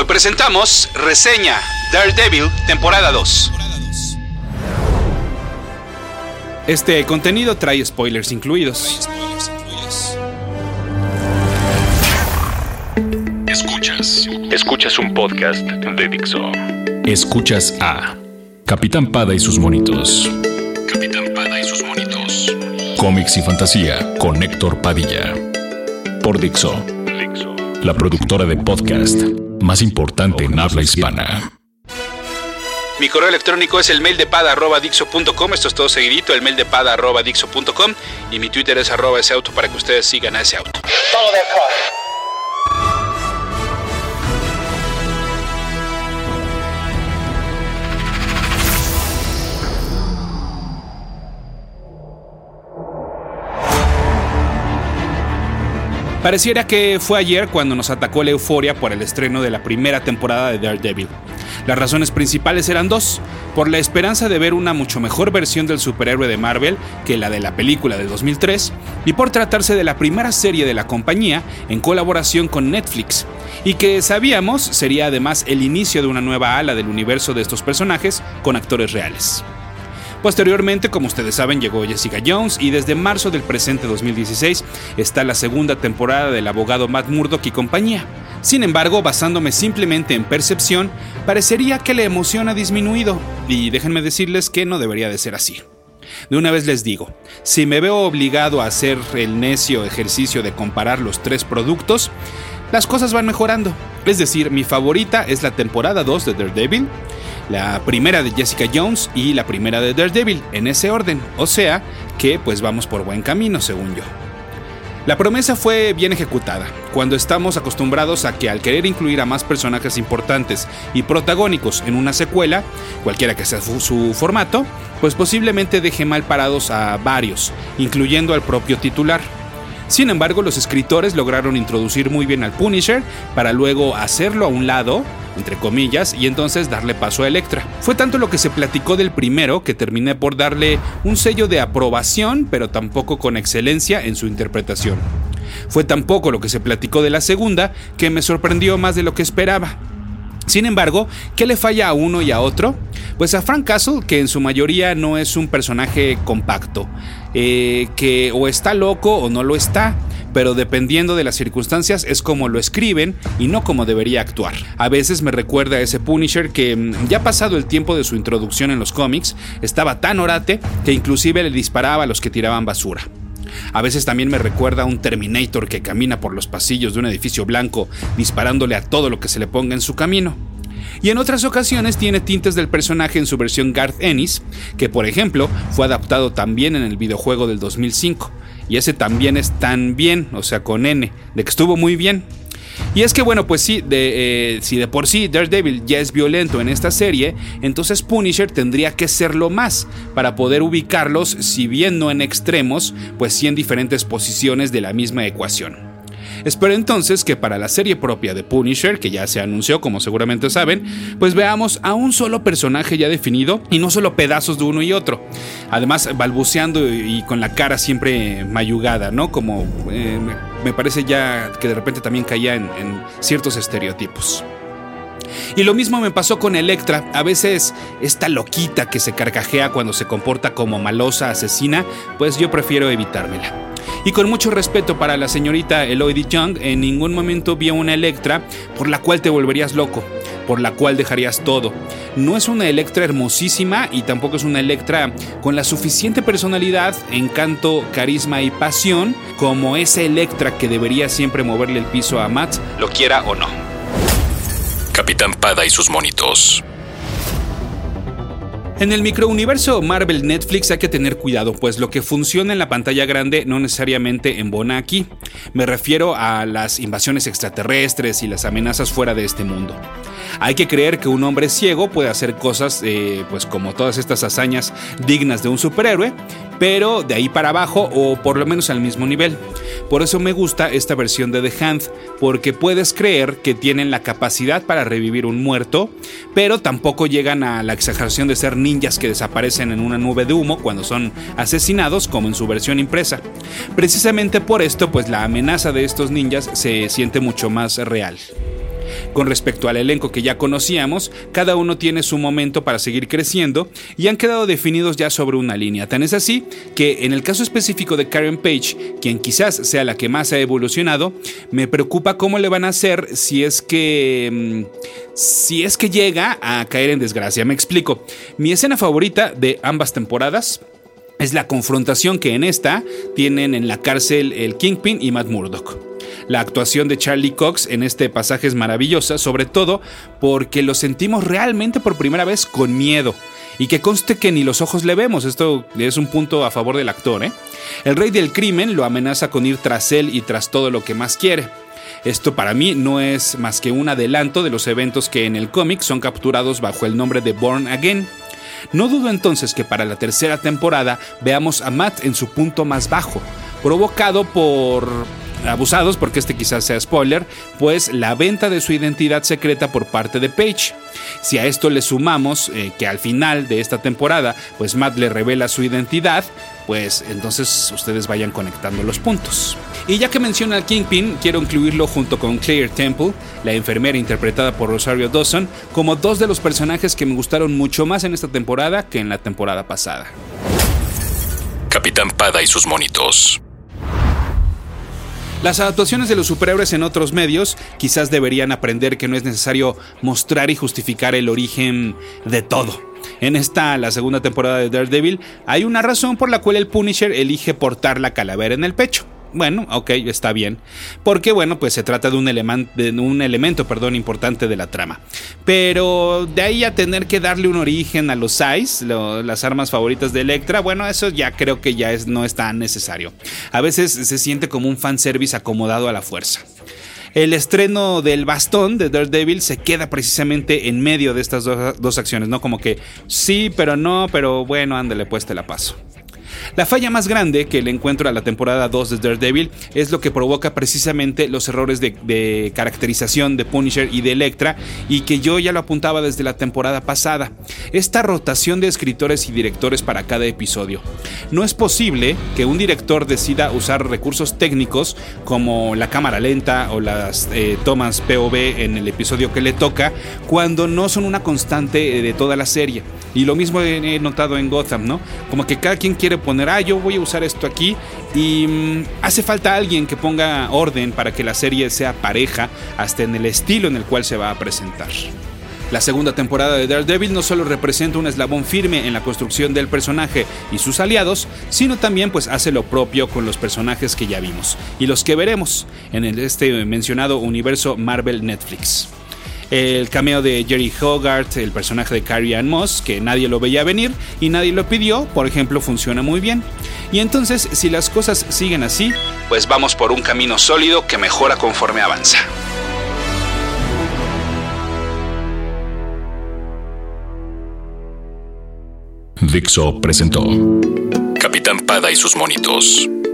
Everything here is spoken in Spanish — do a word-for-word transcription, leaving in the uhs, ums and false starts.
Hoy presentamos reseña Daredevil, temporada dos. Este contenido trae spoilers incluidos. Escuchas. Escuchas un podcast de Dixo. Escuchas a Capitán Pada y sus monitos. Capitán Pada y sus monitos. Cómics y fantasía con Héctor Padilla. Por Dixo. Dixo. La productora de podcast más importante en habla hispana. Mi correo electrónico es el maildepada arroba dixo punto com. Esto es todo seguidito, el maildepada arroba dixo punto com. Y mi Twitter es arroba ese auto para que ustedes sigan a ese auto. Follow their car. Pareciera que fue ayer cuando nos atacó la euforia por el estreno de la primera temporada de Daredevil. Las razones principales eran dos: por la esperanza de ver una mucho mejor versión del superhéroe de Marvel que la de la película de dos mil tres, y por tratarse de la primera serie de la compañía en colaboración con Netflix, y que sabíamos sería además el inicio de una nueva ala del universo de estos personajes con actores reales. Posteriormente, como ustedes saben, llegó Jessica Jones y desde marzo del presente dos mil dieciséis está la segunda temporada del abogado Matt Murdock y compañía. Sin embargo, basándome simplemente en percepción, parecería que la emoción ha disminuido, y déjenme decirles que no debería de ser así. De una vez les digo, si me veo obligado a hacer el necio ejercicio de comparar los tres productos, las cosas van mejorando. Es decir, mi favorita es la temporada dos de Daredevil, la primera de Jessica Jones y la primera de Daredevil, en ese orden. O sea que pues vamos por buen camino, según yo. La promesa fue bien ejecutada, cuando estamos acostumbrados a que al querer incluir a más personajes importantes y protagónicos en una secuela, cualquiera que sea su formato, pues posiblemente deje mal parados a varios, incluyendo al propio titular. Sin embargo, los escritores lograron introducir muy bien al Punisher para luego hacerlo a un lado, entre comillas, y entonces darle paso a Elektra. Fue tanto lo que se platicó del primero que terminé por darle un sello de aprobación, pero tampoco con excelencia en su interpretación. Fue tan poco lo que se platicó de la segunda que me sorprendió más de lo que esperaba. Sin embargo, ¿qué le falla a uno y a otro? Pues a Frank Castle, que en su mayoría no es un personaje compacto, eh, que o está loco o no lo está, pero dependiendo de las circunstancias es como lo escriben y no como debería actuar. A veces me recuerda a ese Punisher que, ya pasado el tiempo de su introducción en los cómics, estaba tan orate que inclusive le disparaba a los que tiraban basura. A veces también me recuerda a un Terminator que camina por los pasillos de un edificio blanco disparándole a todo lo que se le ponga en su camino. Y en otras ocasiones tiene tintes del personaje en su versión Garth Ennis, que por ejemplo fue adaptado también en el videojuego del dos mil cinco, y ese también es tan bien, o sea con N, de que estuvo muy bien. Y es que bueno, pues sí, de, eh, si de por sí Daredevil ya es violento en esta serie, entonces Punisher tendría que serlo más, para poder ubicarlos, si bien no en extremos, pues sí en diferentes posiciones de la misma ecuación. Espero entonces que para la serie propia de Punisher, que ya se anunció como seguramente saben, pues veamos a un solo personaje ya definido y no solo pedazos de uno y otro. Además balbuceando y con la cara siempre mayugada, ¿no? Como eh, me parece ya que de repente también caía en, en ciertos estereotipos. Y lo mismo me pasó con Elektra. A veces esta loquita que se carcajea cuando se comporta como malosa asesina, pues yo prefiero evitármela. Y con mucho respeto para la señorita Elodie Young, en ningún momento vi a una Elektra por la cual te volverías loco, por la cual dejarías todo. No es una Elektra hermosísima y tampoco es una Elektra con la suficiente personalidad, encanto, carisma y pasión como esa Elektra que debería siempre moverle el piso a Matt, lo quiera o no. Capitán Pada y sus monitos. En el microuniverso Marvel Netflix hay que tener cuidado, pues lo que funciona en la pantalla grande no necesariamente embona aquí. Me refiero a las invasiones extraterrestres y las amenazas fuera de este mundo. Hay que creer que un hombre ciego puede hacer cosas, eh, pues como todas estas hazañas dignas de un superhéroe, pero de ahí para abajo o por lo menos al mismo nivel. Por eso me gusta esta versión de The Hand, porque puedes creer que tienen la capacidad para revivir un muerto, pero tampoco llegan a la exageración de ser ninjas que desaparecen en una nube de humo cuando son asesinados, como en su versión impresa. Precisamente por esto, pues la amenaza de estos ninjas se siente mucho más real. Con respecto al elenco que ya conocíamos, cada uno tiene su momento para seguir creciendo y han quedado definidos ya sobre una línea. Tan es así que en el caso específico de Karen Page, quien quizás sea la que más ha evolucionado, me preocupa cómo le van a hacer si es que si es que llega a caer en desgracia. Me explico. Mi escena favorita de ambas temporadas es la confrontación que en esta tienen en la cárcel el Kingpin y Matt Murdock. La actuación de Charlie Cox en este pasaje es maravillosa, sobre todo porque lo sentimos realmente por primera vez con miedo. Y que conste que ni los ojos le vemos, esto es un punto a favor del actor, ¿eh? El rey del crimen lo amenaza con ir tras él y tras todo lo que más quiere. Esto para mí no es más que un adelanto de los eventos que en el cómic son capturados bajo el nombre de Born Again. No dudo entonces que para la tercera temporada veamos a Matt en su punto más bajo, provocado por abusados, porque este quizás sea spoiler, pues la venta de su identidad secreta por parte de Page. Si a esto le sumamos eh, que al final de esta temporada, pues Matt le revela su identidad, pues entonces ustedes vayan conectando los puntos. Y ya que menciona al Kingpin, quiero incluirlo junto con Claire Temple, la enfermera interpretada por Rosario Dawson, como dos de los personajes que me gustaron mucho más en esta temporada que en la temporada pasada. Capitán Pada y sus monitos. Las adaptaciones de los superhéroes en otros medios quizás deberían aprender que no es necesario mostrar y justificar el origen de todo. En esta, la segunda temporada de Daredevil, hay una razón por la cual el Punisher elige portar la calavera en el pecho. Bueno, ok, está bien. Porque, bueno, pues se trata de un, eleman- de un elemento perdón, importante de la trama. Pero de ahí a tener que darle un origen a los Sais, lo, las armas favoritas de Elektra, bueno, eso ya creo que ya es, no es tan necesario. A veces se siente como un fanservice acomodado a la fuerza. El estreno del bastón de Daredevil se queda precisamente en medio de estas dos, dos acciones, ¿no? Como que sí, pero no, pero bueno, ándale, pues te la paso. La falla más grande que le encuentro a la temporada dos de Daredevil es lo que provoca precisamente los errores de, de caracterización de Punisher y de Elektra, y que yo ya lo apuntaba desde la temporada pasada. Esta rotación de escritores y directores para cada episodio. No es posible que un director decida usar recursos técnicos como la cámara lenta o las eh, tomas P O V en el episodio que le toca, cuando no son una constante de toda la serie. Y lo mismo he notado en Gotham, ¿no? Como que cada quien quiere poner, ah, yo voy a usar esto aquí, y mmm, hace falta alguien que ponga orden para que la serie sea pareja hasta en el estilo en el cual se va a presentar. La segunda temporada de Daredevil no solo representa un eslabón firme en la construcción del personaje y sus aliados, sino también pues hace lo propio con los personajes que ya vimos y los que veremos en el, este mencionado universo Marvel Netflix. El cameo de Jerry Hogarth, el personaje de Carrie Ann Moss, que nadie lo veía venir y nadie lo pidió, por ejemplo, funciona muy bien. Y entonces, si las cosas siguen así, pues vamos por un camino sólido que mejora conforme avanza. Dixo presentó Capitán Pada y sus monitos.